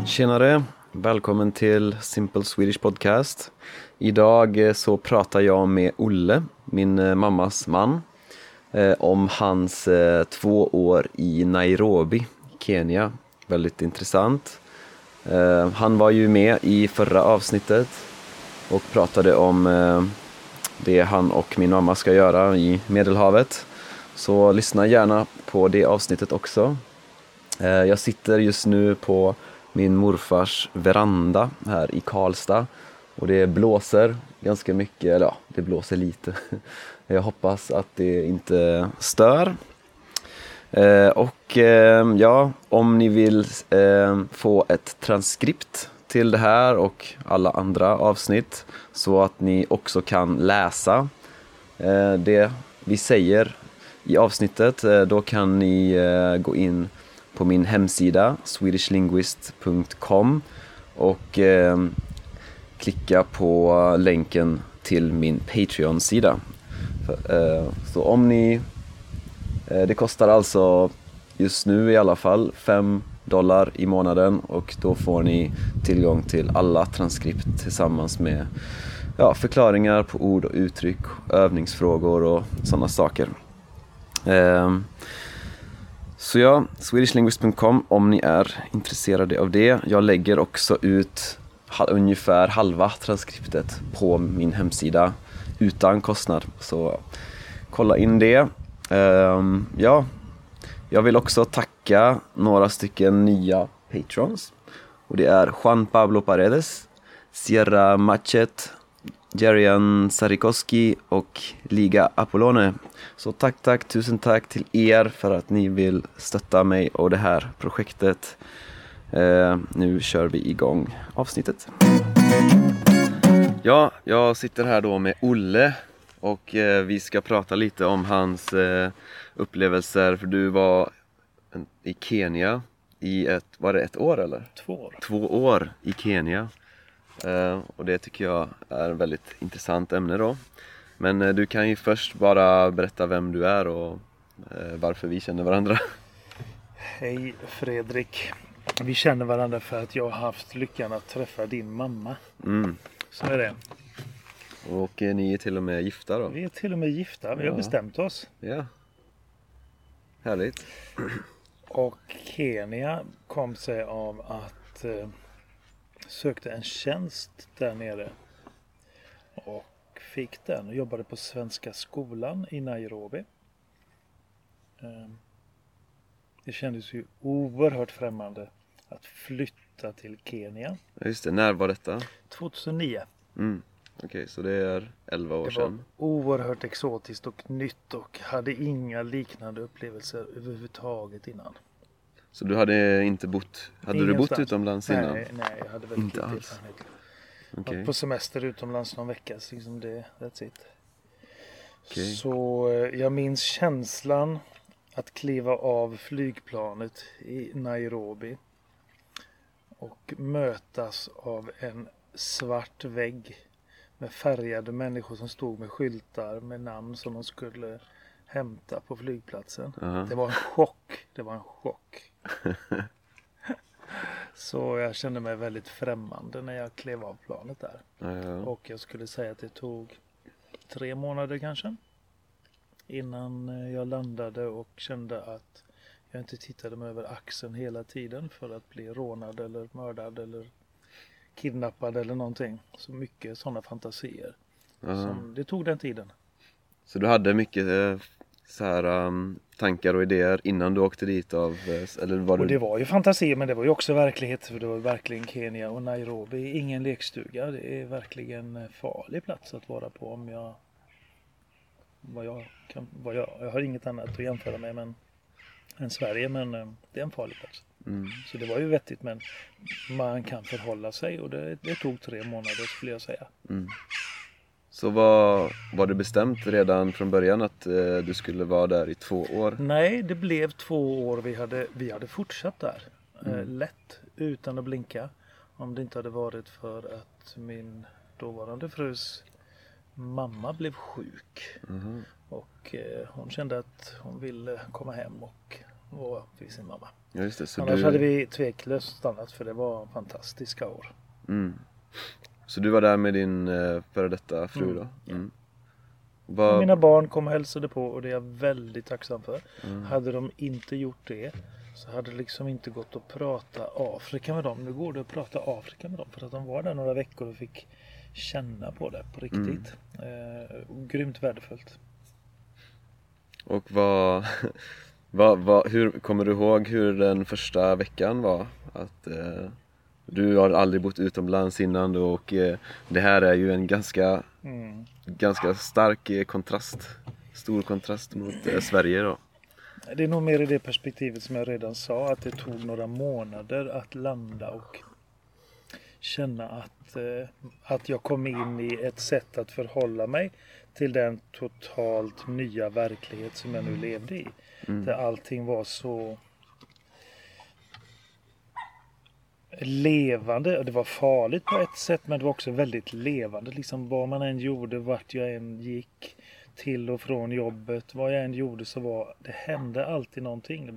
Tjenare, välkommen till Simple Swedish Podcast. Idag så pratar jag med Olle, min mammas man, om hans 2 år i Nairobi, Kenya. Väldigt intressant. Han var ju med i förra avsnittet och pratade om det han och min mamma ska göra i Medelhavet. Så lyssna gärna på det avsnittet också. Jag sitter just nu på min morfars veranda här i Karlstad och det blåser ganska mycket, eller ja, det blåser lite. Jag hoppas att det inte stör. Om ni vill få ett transkript till det här och alla andra avsnitt så att ni också kan läsa det vi säger i avsnittet, då kan ni gå in på min hemsida swedishlinguist.com och klicka på länken till min Patreon-sida. Så om ni... det kostar alltså just nu i alla fall $5 i månaden och då får ni tillgång till alla transkript tillsammans med förklaringar på ord och uttryck, övningsfrågor och sådana saker. Så swedishlinguist.com om ni är intresserade av det. Jag lägger också ut ungefär halva transkriptet på min hemsida utan kostnad. Så kolla in det. Jag vill också tacka några stycken nya patrons. Och det är Juan Pablo Paredes, Sierra Machet, Jerian Sarikoski och Liga Apollone. Så tack, tusen tack till er för att ni vill stötta mig och det här projektet. Nu kör vi igång avsnittet. Ja, jag sitter här då med Olle och vi ska prata lite om hans upplevelser. För du var i Kenya i var det 1 år eller? 2 år. 2 år i Kenya. Och det tycker jag är ett väldigt intressant ämne då. Men du kan ju först bara berätta vem du är och varför vi känner varandra. Hej Fredrik. Vi känner varandra för att jag har haft lyckan att träffa din mamma. Så är det. Och ni är till och med gifta då? Vi är till och med gifta. Vi har bestämt oss. Ja. Härligt. Och Kenya kom sig av att sökte en tjänst där nere. Och fick den och jobbade på Svenska skolan i Nairobi. Det kändes ju oerhört främmande att flytta till Kenya. Just det, när var detta? 2009. Okej, så det är 11 år sedan. Det var oerhört exotiskt och nytt och hade inga liknande upplevelser överhuvudtaget innan. Så du hade inte bott... Hade du bott utomlands innan? Nej, jag hade väldigt inte alls. Okay. På semester utomlands någon vecka, så liksom that's it. Okay. Så jag minns känslan att kliva av flygplanet i Nairobi och mötas av en svart vägg med färgade människor som stod med skyltar med namn som de skulle hämta på flygplatsen. Det var en chock. Så jag kände mig väldigt främmande när jag klev av planet där. Och jag skulle säga att det tog 3 månader kanske innan jag landade och kände att jag inte tittade mig över axeln hela tiden för att bli rånad eller mördad eller kidnappad eller någonting. Så mycket sådana fantasier. Det tog den tiden. Så du hade mycket tankar och idéer innan du åkte dit eller var och det var ju fantasi, men det var ju också verklighet, för det var verkligen Kenya och Nairobi, ingen lekstuga. Det är verkligen en farlig plats att vara på om jag har inget annat att jämföra med än Sverige, men det är en farlig plats. Så det var ju vettigt, men man kan förhålla sig och det tog 3 månader skulle jag säga. Så var det bestämt redan från början att du skulle vara där i 2 år? Nej, det blev 2 år. Vi hade fortsatt där. Lätt, utan att blinka. Om det inte hade varit för att min dåvarande frus mamma blev sjuk. Och hon kände att hon ville komma hem och och fick sin mamma. Ja, just det. Så Annars hade vi tveklöst stannat för det var fantastiska år. Så du var där med din före detta fru då? Och mina barn kom och hälsade på och det är jag väldigt tacksam för. Hade de inte gjort det så hade det liksom inte gått att prata Afrika med dem. Nu går det att prata Afrika med dem för att de var där några veckor och fick känna på det på riktigt. Grymt värdefullt. Och hur kommer du ihåg hur den första veckan var? Att du har aldrig bott utomlands innan och det här är ju en ganska stark kontrast. Stor kontrast mot Sverige då. Det är nog mer i det perspektivet som jag redan sa, att det tog några månader att landa och känna att jag kom in i ett sätt att förhålla mig till den totalt nya verklighet som jag nu levde i. Där allting var så levande. Det var farligt på ett sätt, men det var också väldigt levande. Liksom vad man än gjorde, vart jag än gick, till och från jobbet, vad jag än gjorde så det hände alltid någonting.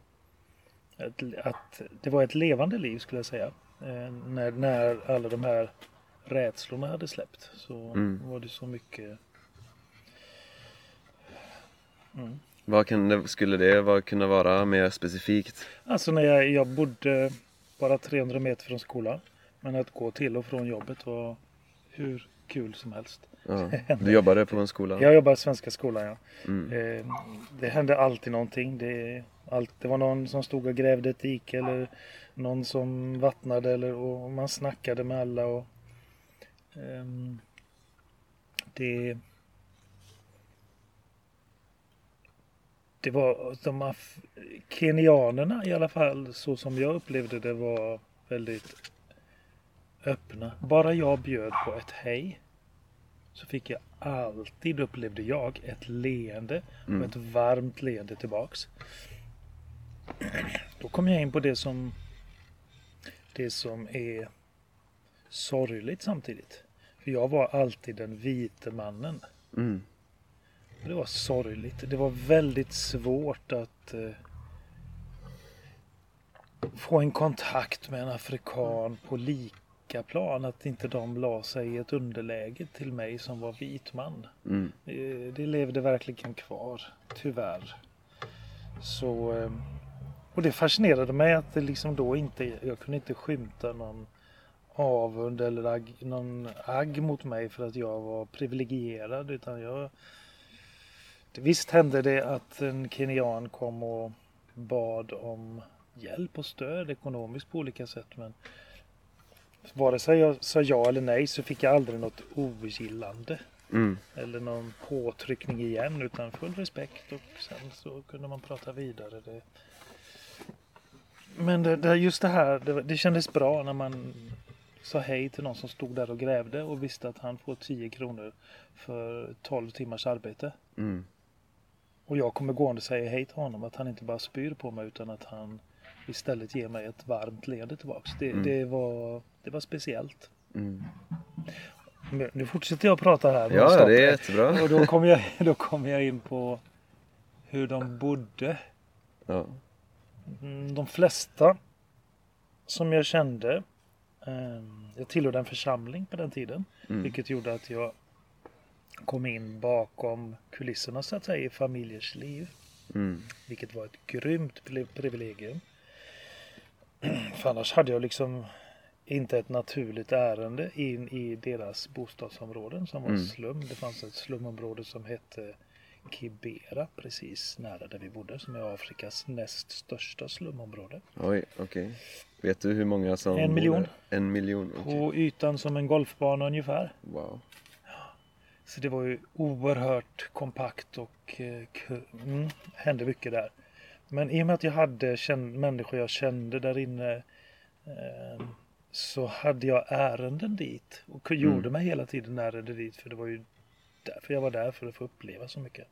Det var ett levande liv skulle jag säga. När alla de här rädslorna hade släppt så var det så mycket. Skulle det kunna vara mer specifikt? Alltså när jag bodde bara 300 meter från skolan, men att gå till och från jobbet var hur kul som helst. Ja. Du jobbade på en skola? Jag jobbade i Svenska skolan, ja. Det hände alltid någonting. Det var någon som stod och grävde ett dike eller någon som vattnade och man snackade med alla och det var kenyanerna i alla fall, så som jag upplevde det, var väldigt öppna. Bara jag bjöd på ett hej så fick jag alltid, upplevde jag, ett leende och ett varmt leende tillbaks. Då kom jag in på det som är sorgligt samtidigt. För jag var alltid den vite mannen. Det var sorgligt. Det var väldigt svårt att få en kontakt med en afrikan på lika plan. Att inte de la sig i ett underläge till mig som var vit man. Det levde verkligen kvar, tyvärr. Så, och det fascinerade mig att det liksom då jag kunde inte skymta någon avund eller någon agg mot mig för att jag var privilegierad, utan visst hände det att en kenyan kom och bad om hjälp och stöd ekonomiskt på olika sätt, men vare sig jag sa ja eller nej så fick jag aldrig något ogillande eller någon påtryckning igen, utan full respekt, och sen så kunde man prata vidare. Men just det här, det kändes bra när man sa hej till någon som stod där och grävde och visste att han får 10 kronor för 12 timmars arbete. Och jag kommer gående och säga hej till honom, att han inte bara spyr på mig utan att han istället ger mig ett varmt leende tillbaks. Det var speciellt. Nu fortsätter jag prata här. Ja, det är jättebra. Och då kommer jag in på hur de bodde. Ja. De flesta som jag kände, jag tillhörde en församling på den tiden, vilket gjorde att jag kom in bakom kulisserna så att säga i familjers liv, vilket var ett grymt privilegium. För annars hade jag liksom inte ett naturligt ärende in i deras bostadsområden som var slum. Det fanns ett slumområde som hette Kibera precis nära där vi bodde, som är Afrikas näst största slumområde. Oj, okej. Vet du hur många som 1 miljon. 1 miljon, okej. På ytan som en golfbana ungefär. Wow. Så det var ju oerhört kompakt och hände mycket där. Men i och med att jag hade människor jag kände där inne, så hade jag ärenden dit och gjorde mig hela tiden ärenden dit, för det var ju därför jag var där, för att få uppleva så mycket.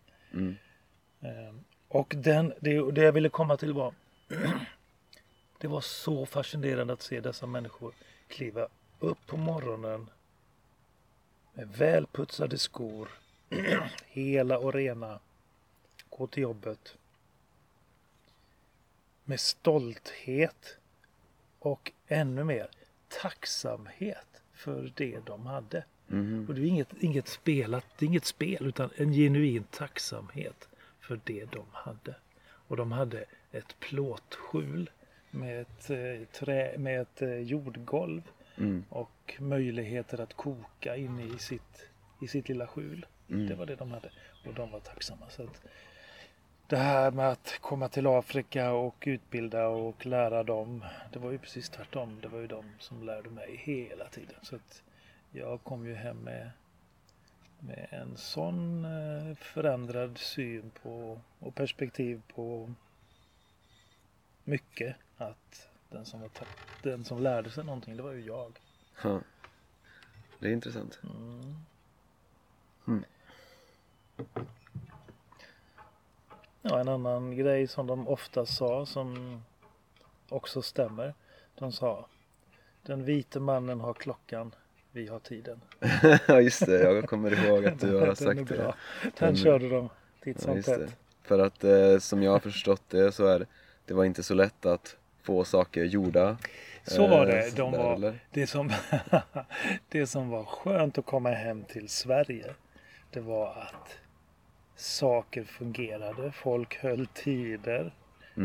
Och det jag ville komma till var det var så fascinerande att se dessa människor kliva upp på morgonen med välputsade skor, hela och rena, gå till jobbet, med stolthet och ännu mer tacksamhet för det de hade. Och det är inget spelat, det är inget spel utan en genuin tacksamhet för det de hade. Och de hade ett plåtskjul med ett jordgolv och möjligheter att koka inne i sitt lilla skjul. Det var det de hade och de var tacksamma. Så att det här med att komma till Afrika och utbilda och lära dem, det var ju precis tvärtom. Det var ju de som lärde mig hela tiden. Så att jag kom ju hem med en sån förändrad syn på och perspektiv på mycket, att den som lärde sig någonting, det var ju jag. Ja. Det är intressant. Ja, en annan grej som de ofta sa som också stämmer. De sa, den vite mannen har klockan, vi har tiden. Ja just det, jag kommer ihåg att du har sagt det. Den körde de titt som tätt. För att som jag har förstått det så är det var inte så lätt att få saker gjorda. Så var det. Det som var skönt att komma hem till Sverige, det var att saker fungerade, folk höll tider.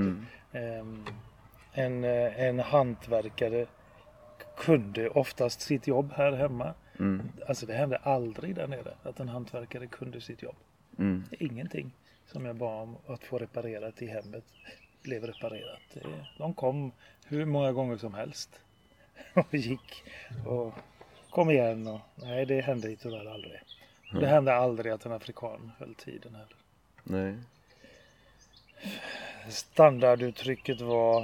En hantverkare kunde oftast sitt jobb här hemma. Alltså det hände aldrig där nere att en hantverkare kunde sitt jobb. Ingenting som jag bad om att få reparerat i hemmet blev reparerat. De kom hur många gånger som helst och gick och kom igen. Och, nej, det hände tyvärr aldrig. Det hände aldrig att en afrikan höll tiden heller. Nej. Standarduttrycket var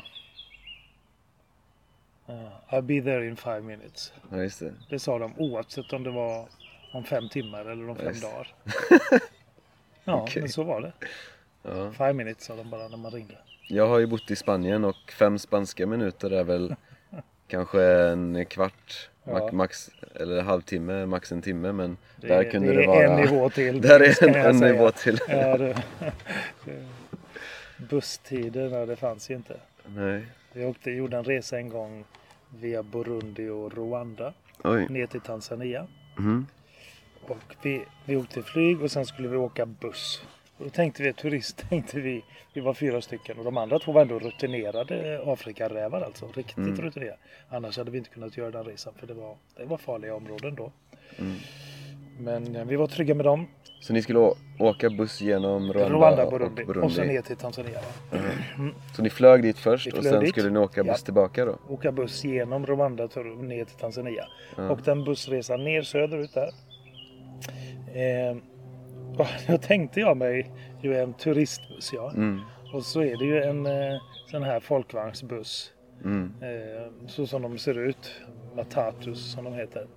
I'll be there in 5 minutes. Ja, just det. Det sa de oavsett om det var om 5 timmar eller om 5 dagar. Ja, okay. Men så var det. Ja. 5 minutes sa de bara när man ringde. Jag har ju bott i Spanien och 5 spanska minuter är väl kanske en kvart, max, eller en halvtimme, max en timme, men där kunde det vara en nivå till. Där är en nivå till. Ja, busstider, det fanns ju inte. Nej. Vi gjorde en resa en gång via Burundi och Rwanda ner till Tanzania. Och vi åkte flyg och sen skulle vi åka buss. Och då tänkte vi var 4 stycken och de andra 2 var ändå rutinerade Afrikarävar, alltså riktigt rutinerade. Annars hade vi inte kunnat göra den resan för det var farliga områden då. Men vi var trygga med dem. Så ni skulle åka buss genom Rwanda Burundi och så ner till Tanzania. Så ni flög dit först och sen skulle ni åka buss tillbaka då? Åka buss genom Rwanda ner till Tanzania. Och den bussresan ner söderut där. Då tänkte jag mig ju en turistbuss, och så är det ju en sån här folkvagnsbuss så som de ser ut, matatus som de heter,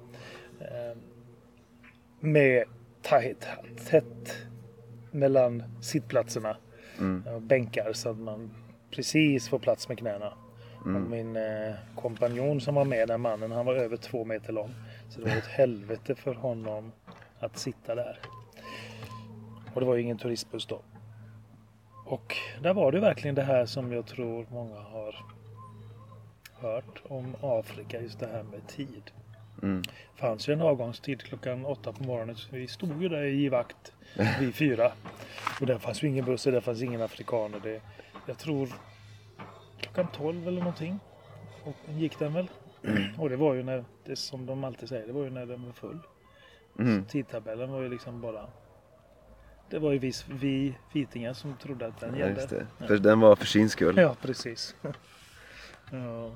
med tätt mellan sittplatserna och bänkar så att man precis får plats med knäna. Och min kompanjon som var med, den mannen, han var över 2 meter lång, så det var ett helvete för honom att sitta där. Och det var ju ingen turistbuss då. Och där var det verkligen det här som jag tror många har hört om Afrika, just det här med tid. Det fanns ju en avgångstid klockan 8 på morgonen, så vi stod ju där i vakt vid 4. Och där fanns ju ingen buss, där fanns ingen afrikaner. Jag tror klockan 12 eller någonting. Och gick den väl. Och det var ju när, det som de alltid säger, det var ju när den var full. Så tidtabellen var ju liksom bara... Det var ju vi vitingar som trodde att den gällde. Just det. För den var för sin skull. Ja, precis. Ja.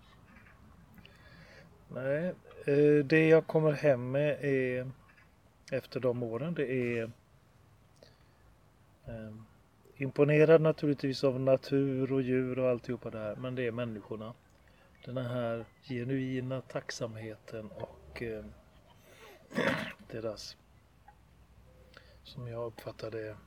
Nej, det jag kommer hem med är, efter de åren, det är imponerad naturligtvis av natur och djur och alltihopa det här, men det är människorna. Den här genuina tacksamheten och deras, som jag uppfattar det,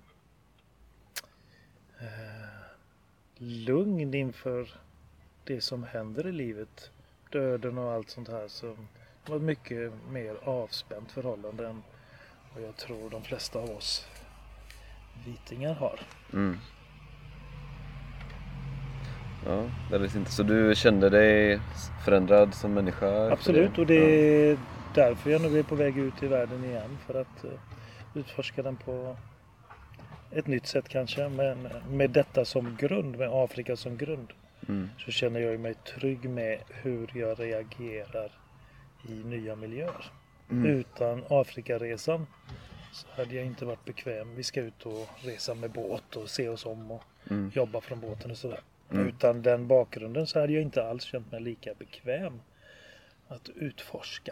lugn inför det som händer i livet, döden och allt sånt här, så det var ett mycket mer avspänt förhållande än vad jag tror de flesta av oss vitingar har. Ja, väldigt inte. Så du kände dig förändrad som människa? Absolut, och det är därför jag nu är på väg ut i världen igen. För att utforska den på ett nytt sätt kanske. Men med detta som grund, med Afrika som grund. Så känner jag mig trygg med hur jag reagerar i nya miljöer. Utan Afrikaresan så hade jag inte varit bekväm. Vi ska ut och resa med båt och se oss om och jobba från båten och sådär. Utan den bakgrunden så hade jag inte alls känt mig lika bekväm att utforska.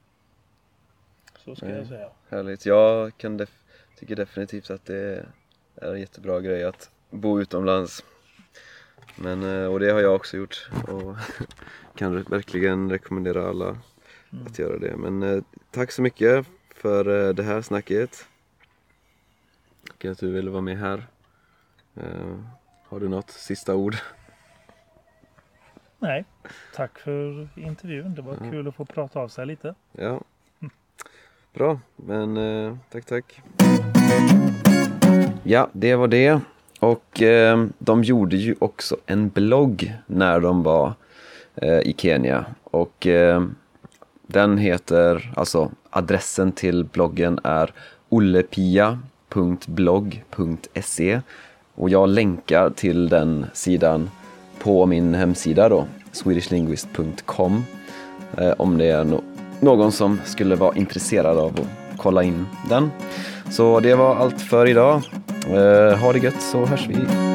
Så ska jag säga. Härligt. Jag tycker definitivt att det är en jättebra grej att bo utomlands. Och det har jag också gjort och kan verkligen rekommendera alla att göra det. Men tack så mycket för det här snacket. Och att du ville vara med här. Har du något sista ord? Nej, tack för intervjun. Det var kul att få prata av sig lite. Ja, bra. Men tack. Ja, det var det. Och de gjorde ju också en blogg när de var i Kenya. Och den heter, alltså adressen till bloggen är ollepia.blogg.se. Och jag länkar till den sidan på min hemsida då, swedishlinguist.com, om det är någon som skulle vara intresserad av att kolla in den. Så det var allt för idag. Ha det gött, så hörs vi.